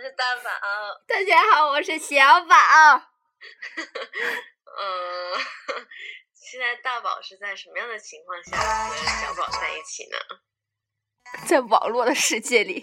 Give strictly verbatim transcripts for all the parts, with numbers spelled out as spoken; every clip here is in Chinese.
是大宝。 大家好，我是小宝。 嗯，现在大宝是在什么样的情况下和小宝在一起呢？ 在网络的世界里。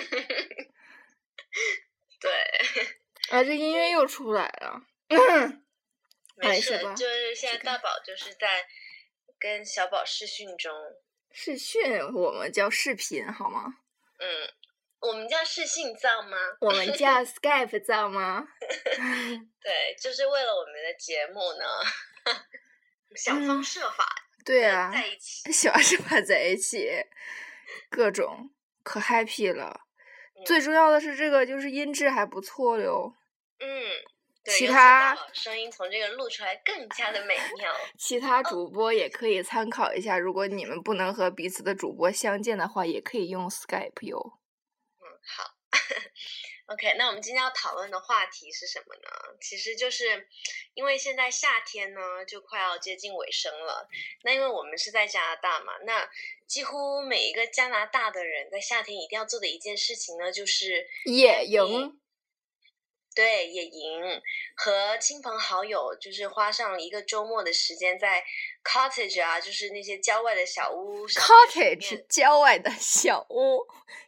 对。 啊，这音乐又出来了。 没事，就是现在大宝就是在跟小宝视讯中。 视讯我们叫视频好吗？ 嗯，我们叫视信造吗？ 我们叫 Skype 造吗？ 对，就是为了我们的节目呢，想方设法、 嗯、对啊， 在一起， 想方设法在一起，各种可 happy 了。嗯、最重要的是这个就是音质还不错哟。 嗯。 其他声音从这个录出来更加的美妙。 其他主播也可以参考一下，哦、如果你们不能和彼此的主播相见的话，也可以用 Skype 哟。 嗯，好。OK， 那我们今天要讨论的话题是什么呢？其实就是因为现在夏天呢就快要接近尾声了，那因为我们是在加拿大嘛，那几乎每一个加拿大的人在夏天一定要做的一件事情呢，就是野营。 对，野营，和亲朋好友就是花上一个周末的时间在 cottage 啊，就是那些郊外的小屋 cottage 郊外的小屋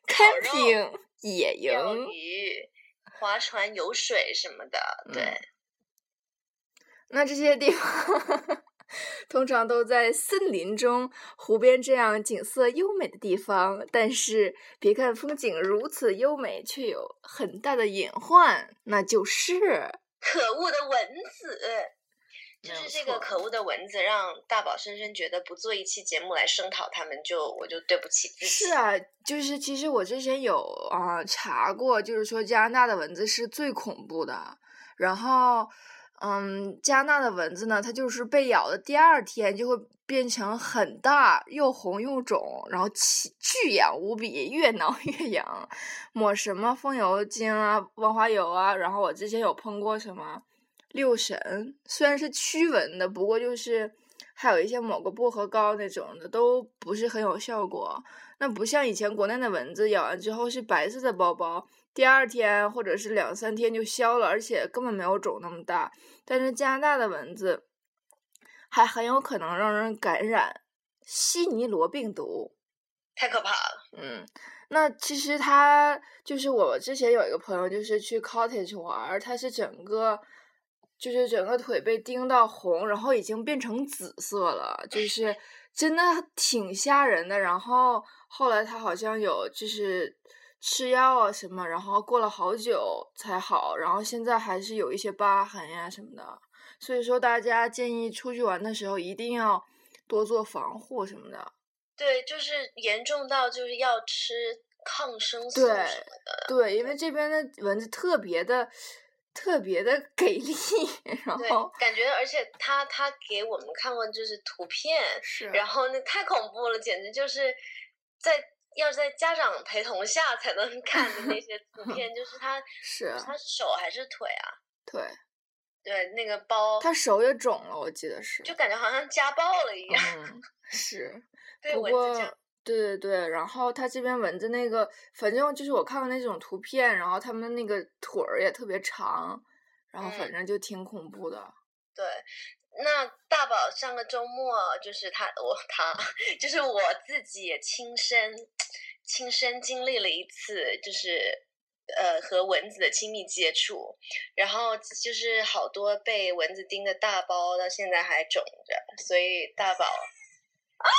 camping 野营钓鱼划船游水什么的。对、嗯、 那这些地方通常都在森林中、湖边这样景色优美的地方，但是别看风景如此优美，却有很大的隐患，那就是可恶的蚊子。就是这个可恶的蚊子让大宝深深觉得不做一期节目来声讨他们，就我就对不起自己。 是啊，就是其实我之前有啊、呃、查过，就是说加拿大的蚊子是最恐怖的，然后嗯，加拿大的蚊子呢，它就是被咬的第二天就会变成很大，又红又肿，然后巨痒无比，越挠越痒。抹什么风油精啊、万花油啊，然后我之前有喷过什么六神，虽然是驱蚊的，不过就是还有一些抹个薄荷膏那种的，都不是很有效果。那不像以前国内的蚊子咬完之后是白色的包包，第二天或者是两三天就消了，而且根本没有肿那么大。但是加拿大的蚊子还很有可能让人感染西尼罗病毒， 太可怕了。 嗯，那其实他就是我之前有一个朋友，就是去 cottage 玩，他是整个就是整个腿被叮到红，然后已经变成紫色了，就是真的挺吓人的。然后后来他好像有就是吃药啊什么，然后过了好久才好，然后现在还是有一些疤痕呀什么的。所以说大家建议出去玩的时候一定要多做防护什么的。 对，就是严重到就是要吃抗生素什么的。 对，对，因为这边的蚊子特别的特别的给力，然后感觉，而且他他给我们看过就是图片， 是， 然后那太恐怖了，简直就是在要在家长陪同下才能看的那些图片，就是他是他手还是腿啊？ 腿， 对，那个包， 他手也肿了，我记得是， 就感觉好像家暴了一样。 嗯，是， 对， 不过对对对，然后他这边蚊子那个，反正就是我看过那种图片，然后他们那个腿儿也特别长，然后反正就挺恐怖的。 嗯、对，那大宝上个周末就是他我他就是我自己也亲身亲身经历了一次，就是呃和蚊子的亲密接触，然后就是好多被蚊子叮的大包到现在还肿着，所以大宝啊。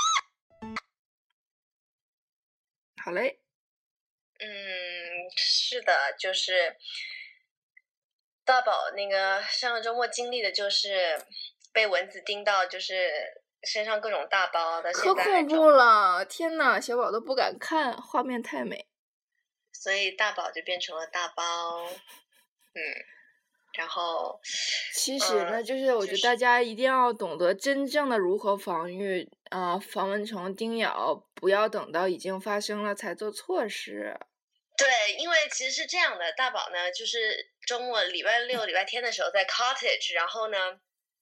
好嘞， 嗯，是的，就是大宝那个上个周末经历的就是被蚊子叮到，就是身上各种大包的， 可恐怖了！天哪，小宝都不敢看，画面太美， 所以大宝就变成了大包，嗯。然后， 其实呢，就是我觉得大家一定要懂得真正的如何防御啊、呃，防蚊虫叮咬，不要等到已经发生了才做措施。 对，因为其实是这样的，大宝呢，就是周末礼拜六、礼拜天的时候在 cottage， 然后呢，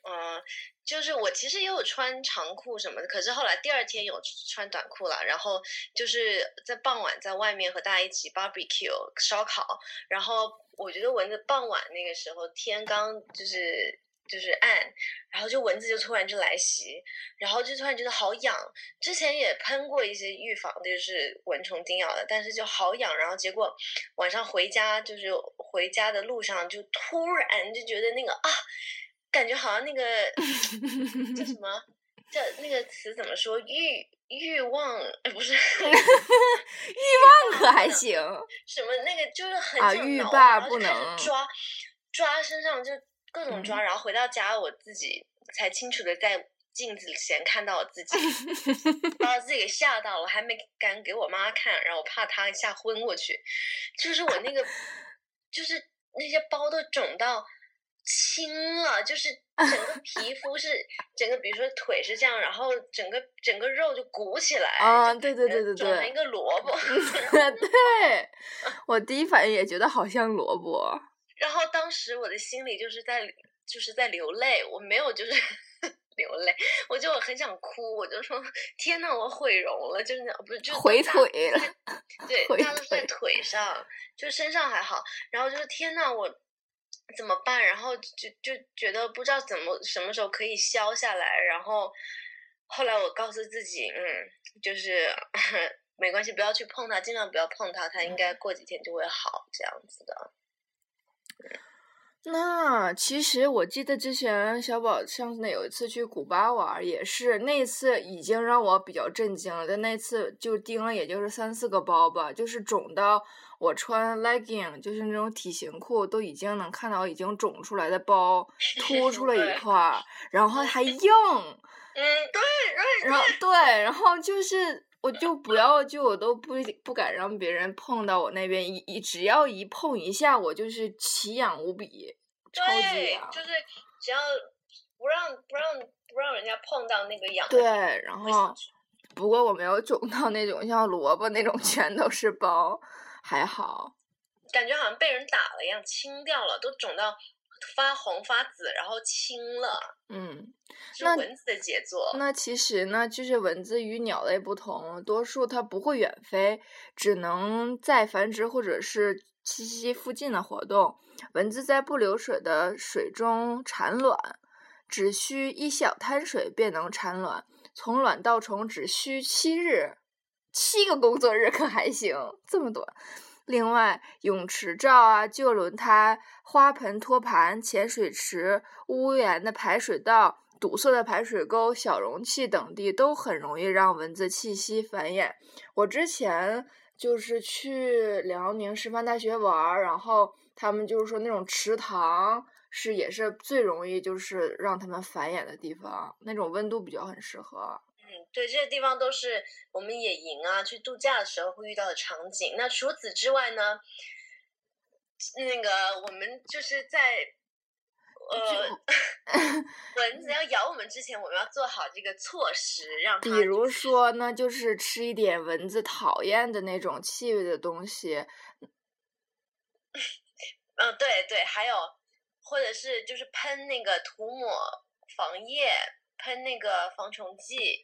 嗯，就是我其实也有穿长裤什么的，可是后来第二天有穿短裤了，然后就是在傍晚在外面和大家一起 barbecue 烧烤，然后我觉得蚊子傍晚那个时候天刚就是就是暗，然后就蚊子就突然就来袭，然后就突然觉得好痒，之前也喷过一些预防的就是蚊虫叮咬的，但是就好痒，然后结果晚上回家就是回家的路上就突然就觉得那个啊。感觉好像那个叫什么叫那个词怎么说欲欲望不是欲望可还行什么那个就是很啊， 想挠， 欲罢然后就开不能始抓抓身上就各种抓， 嗯、 然后回到家我自己才清楚的在镜子前看到我自己把我自己给吓到了，还没敢给我妈看，然后我怕她吓昏过去，就是我那个就是那些包都肿到青了，就是整个皮肤是整个，比如说腿是这样，然后整个整个肉就鼓起来， 啊，对对对对对， 肿成一个萝卜。 对，我第一反应也觉得好像萝卜。 然后当时我的心里就是在就是在流泪，我没有就是流泪，我就很想哭，我就说天呐，我毁容了，就是不是就是毁腿了， 对，大家都是在腿上，就身上还好，然后就是天呐，我。怎么办？然后就就觉得不知道怎么什么时候可以消下来，然后后来我告诉自己，嗯，就是没关系，不要去碰它，尽量不要碰它，它应该过几天就会好，这样子的。嗯、 那其实我记得之前小宝上次有一次去古巴玩，也是那次已经让我比较震惊了，但那次就叮了，也就是三四个包吧，就是肿到。我穿 legging 就是那种体型裤，都已经能看到已经肿出来的包凸出了一块，然后还硬。 嗯，对， 然后对，然后就是我就不要，就我都不不敢让别人碰到我那边，一一只要一碰一下，我就是奇痒无比，超级痒。 就是只要不让不让不让人家碰到那个痒。 对，然后不过我没有肿到那种像萝卜那种全都是包。还好， 感觉好像被人打了一样，青掉了，都肿到发红发紫，然后青了。 嗯， 是蚊子的杰作。 那其实呢，就是蚊子与鸟类不同，多数它不会远飞，只能在繁殖或者是栖息附近的活动。蚊子在不流水的水中产卵，只需一小滩水便能产卵，从卵到虫只需七日。七个工作日可还行，这么短。另外，泳池罩啊、旧轮胎、花盆托盘、浅水池、屋檐的排水道、堵塞的排水沟、小容器等地都很容易让蚊子栖息繁衍。我之前就是去辽宁师范大学玩，然后他们就是说那种池塘是也是最容易就是让他们繁衍的地方，那种温度比较很适合。 嗯，对，这些地方都是我们野营啊、去度假的时候会遇到的场景。那除此之外呢，那个我们就是在呃蚊子要咬我们之前，我们要做好这个措施，让它、就是。 比如说呢，就是吃一点蚊子讨厌的那种气味的东西。 嗯，对对，还有或者是就是喷那个涂抹防液，喷那个防虫剂。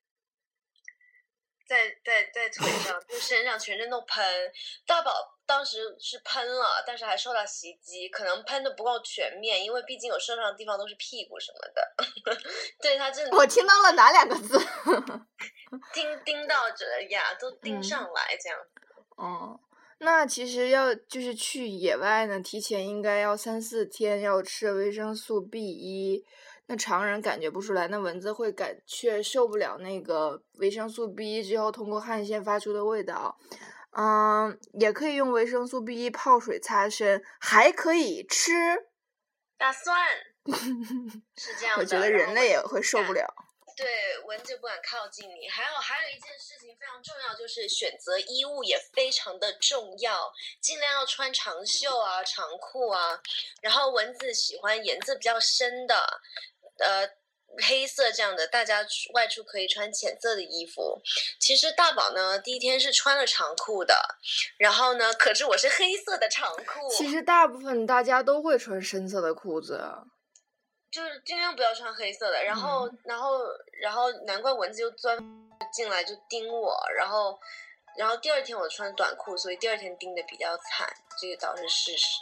在在在腿上，就身上全身都喷。大宝当时是喷了，但是还受到袭击，可能喷的不够全面，因为毕竟有受伤的地方都是屁股什么的。对他真的， 我听到了哪两个字？ 叮叮到着呀，都叮上来这样子。 哦、嗯，那其实要就是去野外呢，提前应该要三四天要吃维生素 B 一。那常人感觉不出来，那蚊子会感却受不了那个维生素 B 一之后通过汗腺发出的味道。嗯，也可以用维生素 B 一泡水擦身，还可以吃大蒜。是这样的， 我觉得人类也会受不了。 对，蚊子不敢靠近你。还有还有一件事情非常重要，就是选择衣物也非常的重要，尽量要穿长袖啊、长裤啊。然后蚊子喜欢颜色比较深的。呃，黑色这样的，大家外出可以穿浅色的衣服。其实大宝呢，第一天是穿了长裤的，然后呢，可是我是黑色的长裤。 其实大部分大家都会穿深色的裤子。 就是尽量不要穿黑色的，然后、嗯、然后然后难怪蚊子就钻进来就叮我，然后然后第二天我穿短裤，所以第二天叮的比较惨，这个倒是事实。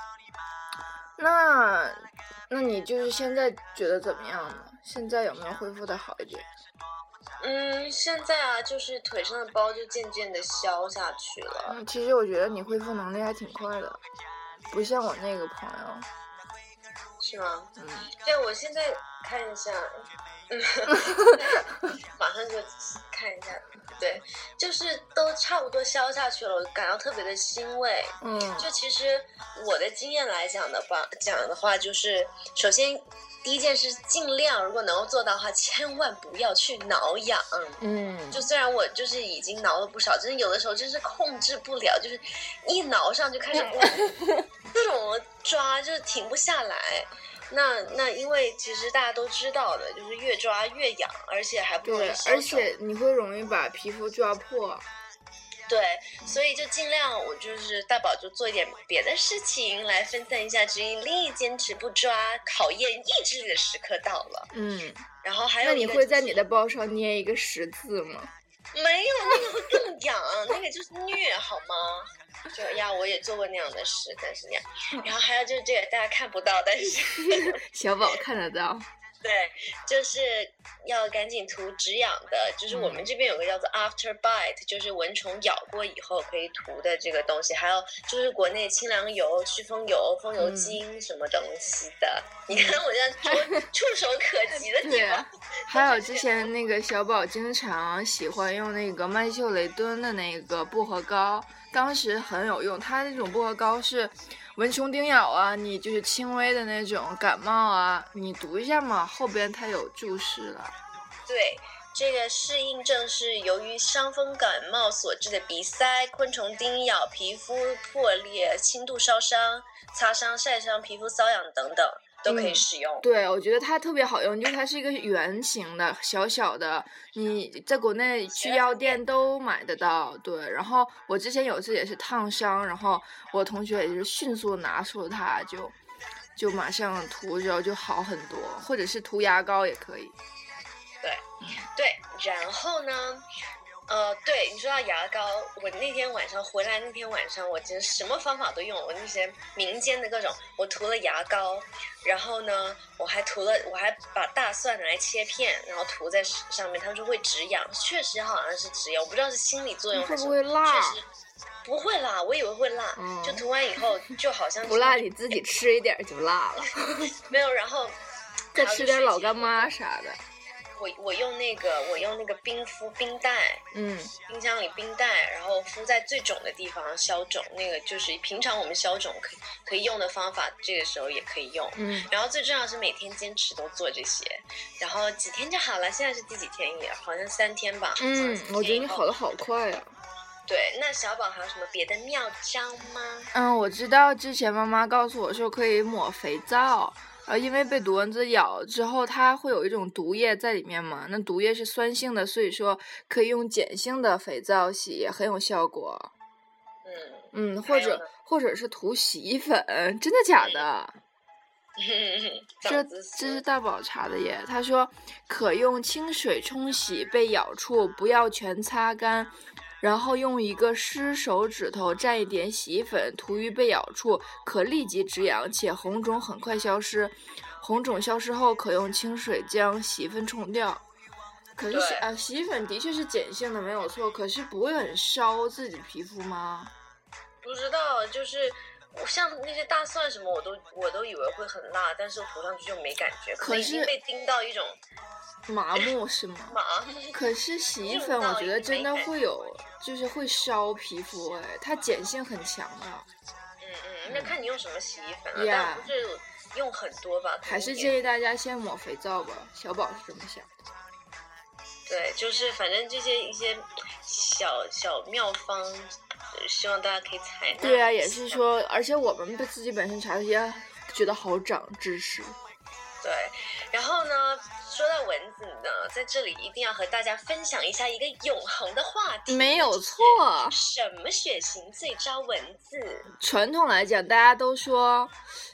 那那你就是现在觉得怎么样呢？现在有没有恢复的好一点？ 嗯，现在啊，就是腿上的包就渐渐的消下去了。 嗯，其实我觉得你恢复能力还挺快的，不像我那个朋友。 是吗？ 嗯， 对，我现在看一下，嗯，马上就看一下，对，就是都差不多消下去了，我感到特别的欣慰。 嗯， 就其实我的经验来讲的话，讲的话就是，首先第一件事，尽量如果能够做到的话，千万不要去挠痒。 嗯， 就虽然我就是已经挠了不少，真的有的时候真是控制不了，就是一挠上就开始各种抓，就是停不下来。那那因为其实大家都知道的，就是越抓越痒，而且还不容易消肿， 而且你会容易把皮肤抓破。 对，所以就尽量我就是大宝就做一点别的事情来分散一下注意力，坚持不抓，考验意志力的时刻到了。 嗯， 然后还有、就是、 那你会在你的包上捏一个十字吗？ 没有，那个会更痒，那个就是虐好吗？就呀，我也做过那样的事，但是那样。然后还有就是这个大家看不到，但是小宝看得到。 对，就是要赶紧涂止痒的，就是我们这边有个叫做 After Bite， 就是蚊虫咬过以后可以涂的这个东西，还有就是国内清凉油、祛风油、风油精什么东西的。嗯、你看我这样触手可及的地方。 啊、还有之前那个小宝经常喜欢用那个曼秀雷敦的那个薄荷膏，当时很有用。它那种薄荷膏是蚊虫叮咬啊，你就是轻微的那种感冒啊，你读一下嘛，后边它有注释了。 对，这个适应症是由于伤风感冒所致的鼻塞、昆虫叮咬、皮肤破裂、轻度烧伤、擦伤、晒伤、皮肤瘙痒等等。都可以使用、嗯。 对，我觉得它特别好用，就是它是一个圆形的小小的，你在国内去药店都买得到。对，然后我之前有一次也是烫伤，然后我同学也就是迅速拿出它，就就马上涂着就好很多，或者是涂牙膏也可以。 对，对，然后呢？呃，对，你说到牙膏，我那天晚上回来，那天晚上我真什么方法都用了，我那些民间的各种，我涂了牙膏，然后呢，我还涂了，我还把大蒜拿来切片，然后涂在上面，他们说会止痒，确实好像是止痒，我不知道是心理作用还是会不会辣， 确实不会辣，我以为会辣，嗯、就涂完以后就好像不辣，你自己吃一点就辣了， 没有，然后再吃点老干妈啥的。 我我用那个我用那个冰敷冰袋， 嗯， 冰箱里冰袋，然后敷在最肿的地方消肿。那个就是平常我们消肿可以可以用的方法，这个时候也可以用。 嗯， 然后最重要是每天坚持都做这些，然后几天就好了。现在是第几天也好像三天吧。 嗯，我觉得你好的好快啊。 对，那小宝还有什么别的妙招吗？ 嗯，我知道之前妈妈告诉我说可以抹肥皂。呃，因为被毒蚊子咬之后，它会有一种毒液在里面嘛，那毒液是酸性的，所以说可以用碱性的肥皂洗，也很有效果。 嗯嗯，或者或者是涂洗衣粉，真的假的？ 嗯、 这这是大宝查的耶。他说可用清水冲洗被咬处，不要全擦干。然后用一个湿手指头蘸一点洗衣粉涂于被咬处，可立即止痒，且红肿很快消失。红肿消失后，可用清水将洗衣粉冲掉。可是洗啊，洗衣粉的确是碱性的，没有错。可是不会很烧自己皮肤吗？ 不知道，就是像那些大蒜什么，我都我都以为会很辣，但是我涂上去就没感觉，可能已经被叮到一种麻木是吗？ 麻木。 可是洗衣粉我觉得真的会有，就是会烧皮肤哎，它碱性很强的。 嗯嗯，那看你用什么洗衣粉了， yeah. 但不是用很多吧？ 还是建议大家先抹肥皂吧，小宝是这么想的。 对，就是反正这些一些小小妙方，希望大家可以采纳。 对啊，也是说，而且我们自己本身查的也觉得好长知识。 对，然后呢，说到蚊子呢，在这里一定要和大家分享一下一个永恒的话题。 没有错。 什么血型最招蚊子？ 传统来讲，大家都说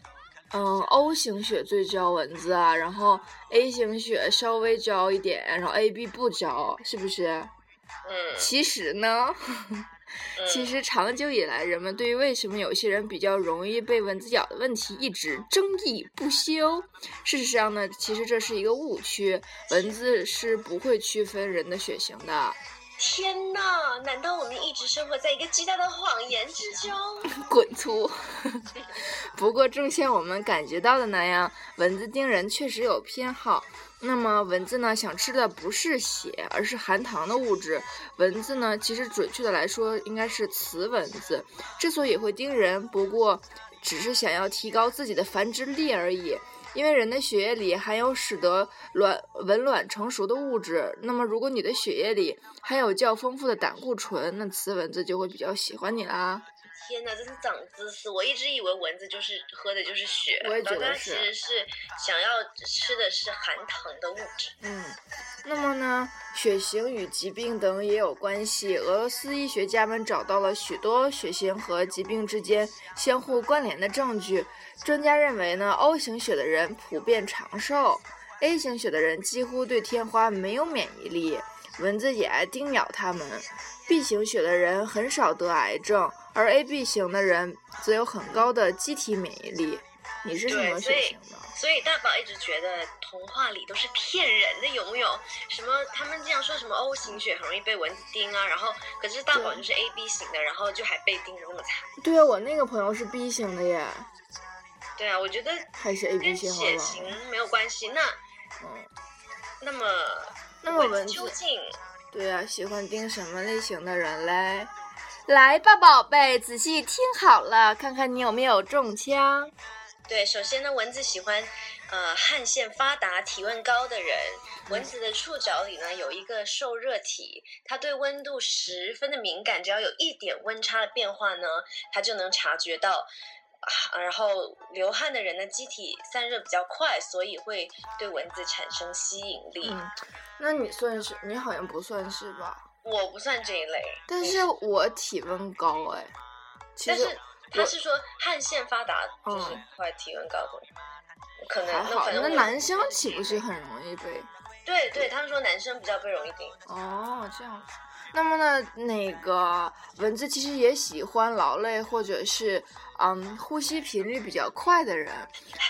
嗯 O 型血最招蚊子啊，然后 A 型血稍微招一点，然后 A B 不招，是不是？ 嗯， 其实呢，其实长久以来，人们对于为什么有些人比较容易被蚊子咬的问题一直争议不休。事实上呢，其实这是一个误区，蚊子是不会区分人的血型的。 天哪，难道我们一直生活在一个巨大的谎言之中？ 滚粗！不过正像我们感觉到的那样，蚊子叮人确实有偏好。那么蚊子呢，想吃的不是血，而是含糖的物质。蚊子呢，其实准确的来说应该是雌蚊子。之所以会叮人，不过只是想要提高自己的繁殖力而已。因为人的血液里含有使得卵蚊卵成熟的物质，那么如果你的血液里含有较丰富的胆固醇，那雌蚊子就会比较喜欢你啦。 天哪，这是长知识！我一直以为蚊子就是喝的就是血， 我也觉得它其实是想要吃的是含糖的物质。 嗯，那么呢，血型与疾病等也有关系。俄罗斯医学家们找到了许多血型和疾病之间相互关联的证据。专家认为呢 ，O 型血的人普遍长寿 ，A 型血的人几乎对天花没有免疫力，蚊子也爱叮咬他们。B 型血的人很少得癌症，而 A B 型的人则有很高的机体免疫力。你是什么血型的？ 所以大宝一直觉得童话里都是骗人的，有没有？什么他们经常说什么 O 型血很容易被蚊子叮啊，然后可是大宝就是 A B 型的，然后就还被叮得那么惨。 对啊，我那个朋友是 B 型的耶。 对啊，我觉得还是 A B 型跟血型没有关系。那， 嗯， 那么那么蚊子究竟？ 对啊，喜欢叮什么类型的人嘞？来吧，宝贝，仔细听好了，看看你有没有中枪。 对，首先呢，蚊子喜欢呃汗腺发达、体温高的人。蚊子的触角里呢有一个受热体，它对温度十分的敏感，只要有一点温差的变化呢，它就能察觉到。啊，然后流汗的人的机体散热比较快，所以会对蚊子产生吸引力。 嗯，那你算是？你好像不算是吧？ 我不算这一类， 但是我体温高哎。 但是他是说汗腺发达就是快体温高的人，嗯、可能还好。 那男生岂不是很容易被？ 对对，他们说男生比较被容易叮。 哦，这样子。那么呢，那个蚊子其实也喜欢劳累或者是嗯呼吸频率比较快的人。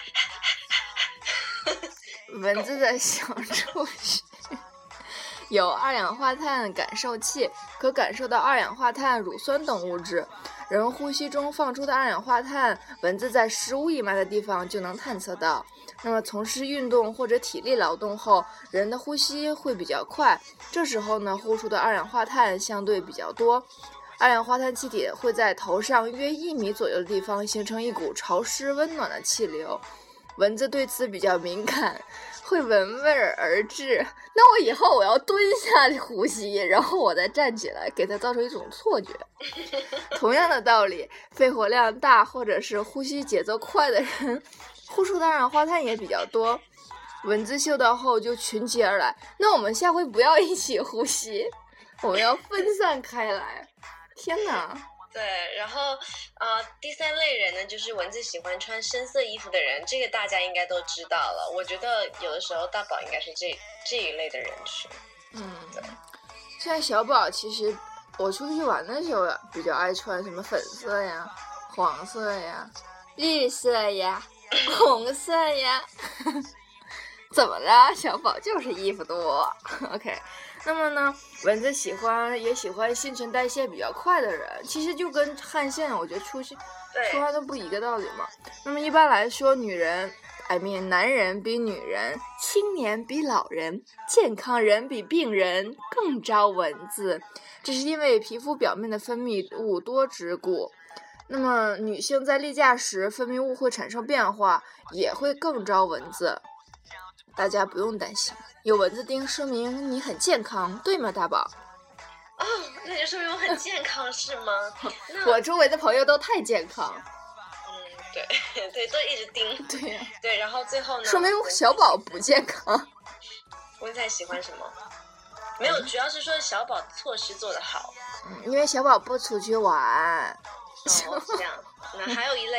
蚊子的小触须有二氧化碳感受器，可感受到二氧化碳、乳酸等物质。人呼吸中放出的二氧化碳，蚊子在十五米的地方就能探测到。那么从事运动或者体力劳动后，人的呼吸会比较快，这时候呢，呼出的二氧化碳相对比较多。二氧化碳气体会在头上约一米左右的地方形成一股潮湿温暖的气流，蚊子对此比较敏感，会闻味而至。那我以后我要蹲下呼吸，然后我再站起来，给它造成一种错觉。同样的道理，肺活量大或者是呼吸节奏快的人，呼出的二氧化碳也比较多，蚊子嗅到后就群集而来。那我们下回不要一起呼吸，我们要分散开来。天哪！ 对，然后呃，第三类人呢，就是蚊子喜欢穿深色衣服的人，这个大家应该都知道了。我觉得有的时候大宝应该是这这一类的人群。 嗯，对。现在小宝其实我出去玩的时候比较爱穿什么粉色呀、黄色呀、绿色呀、红色呀。怎么了？小宝就是衣服多。OK。那么呢，蚊子喜欢也喜欢新陈代谢比较快的人，其实就跟汗腺我觉得出现出汗都不一个道理嘛。那么一般来说，女人 I mean 男人比女人，青年比老人，健康人比病人更招蚊子，这是因为皮肤表面的分泌物多之故。那么女性在例假时分泌物会产生变化，也会更招蚊子。大家不用担心，有蚊子叮说明你很健康，对吗，大宝？ 哦，那就说明我很健康是吗？ 我周围的朋友都太健康。 嗯，对对，都一直叮。 对呀、啊。 对，然后最后呢？ 说明小宝不健康。 蚊子喜欢什么？没有，主要是说小宝措施做得好。 嗯，因为小宝不出去玩。 哦，这样。那还有一类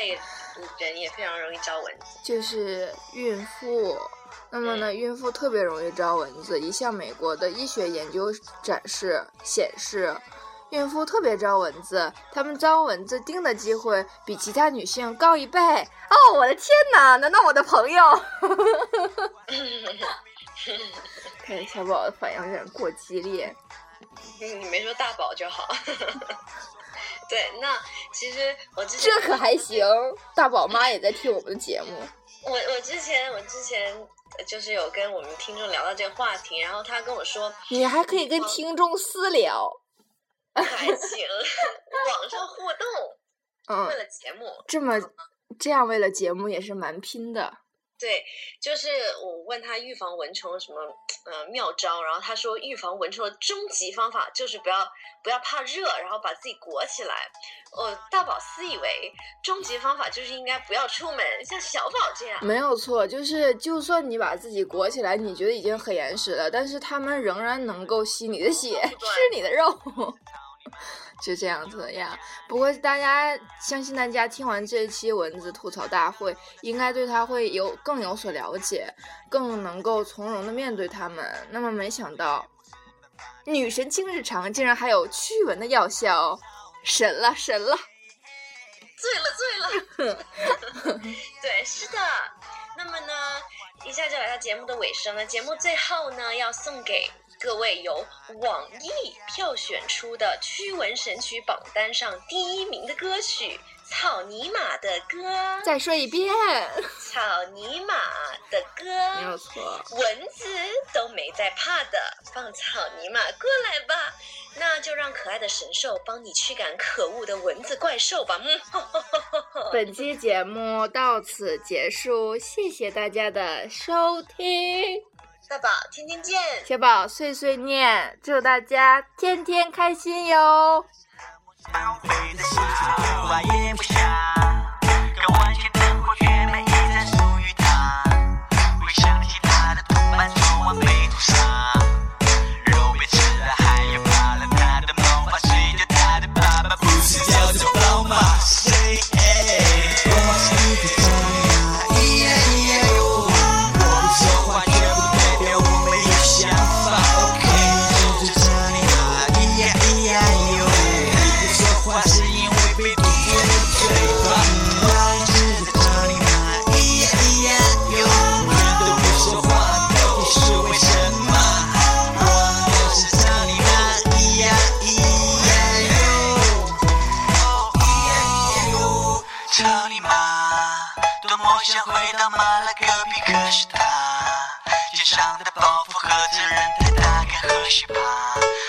人也非常容易招蚊子， 就是孕妇。那么呢，孕妇特别容易招蚊子。一项美国的医学研究展示显示，孕妇特别招蚊子，她们招蚊子叮的机会比其他女性高一倍。哦，我的天哪！难道我的朋友？看小宝的反应有点过激烈。 嗯，你没说大宝就好。对，那其实我之前这可还行，大宝妈也在听我们的节目。 我我之前我之前就是有跟我们听众聊到这个话题，然后他跟我说， 你还可以跟听众私聊， 还行，网上互动， 嗯， 为了节目， 这么这样为了节目也是蛮拼的。 对，就是我问他预防蚊虫什么呃妙招，然后他说预防蚊虫的终极方法就是不要不要怕热，然后把自己裹起来。我大宝私以为终极方法就是应该不要出门，像小宝这样。 没有错，就是就算你把自己裹起来，你觉得已经很严实了，但是他们仍然能够吸你的血，吃你的肉。就这样子呀。不过大家相信大家听完这一期蚊子吐槽大会，应该对它会有更有所了解，更能够从容的面对它们。那么没想到女神经日常竟然还有驱蚊的药效，神了神了， 醉了醉了。对，是的。那么呢，一下就来到节目的尾声了。节目最后呢，要送给各位由网易票选出的驱蚊神曲榜单上第一名的歌曲《草泥马的歌》。 再说一遍， 草泥马的歌， 没有错， 蚊子都没在怕的，放草泥马过来吧，那就让可爱的神兽帮你驱赶可恶的蚊子怪兽吧。嗯，呵呵呵呵呵。 本期节目到此结束，谢谢大家的收听。 大宝，天天见！ 小宝碎碎念，祝大家天天开心哟！ 想回到马拉隔壁，可是他肩上的包袱和责任太大，该何须怕？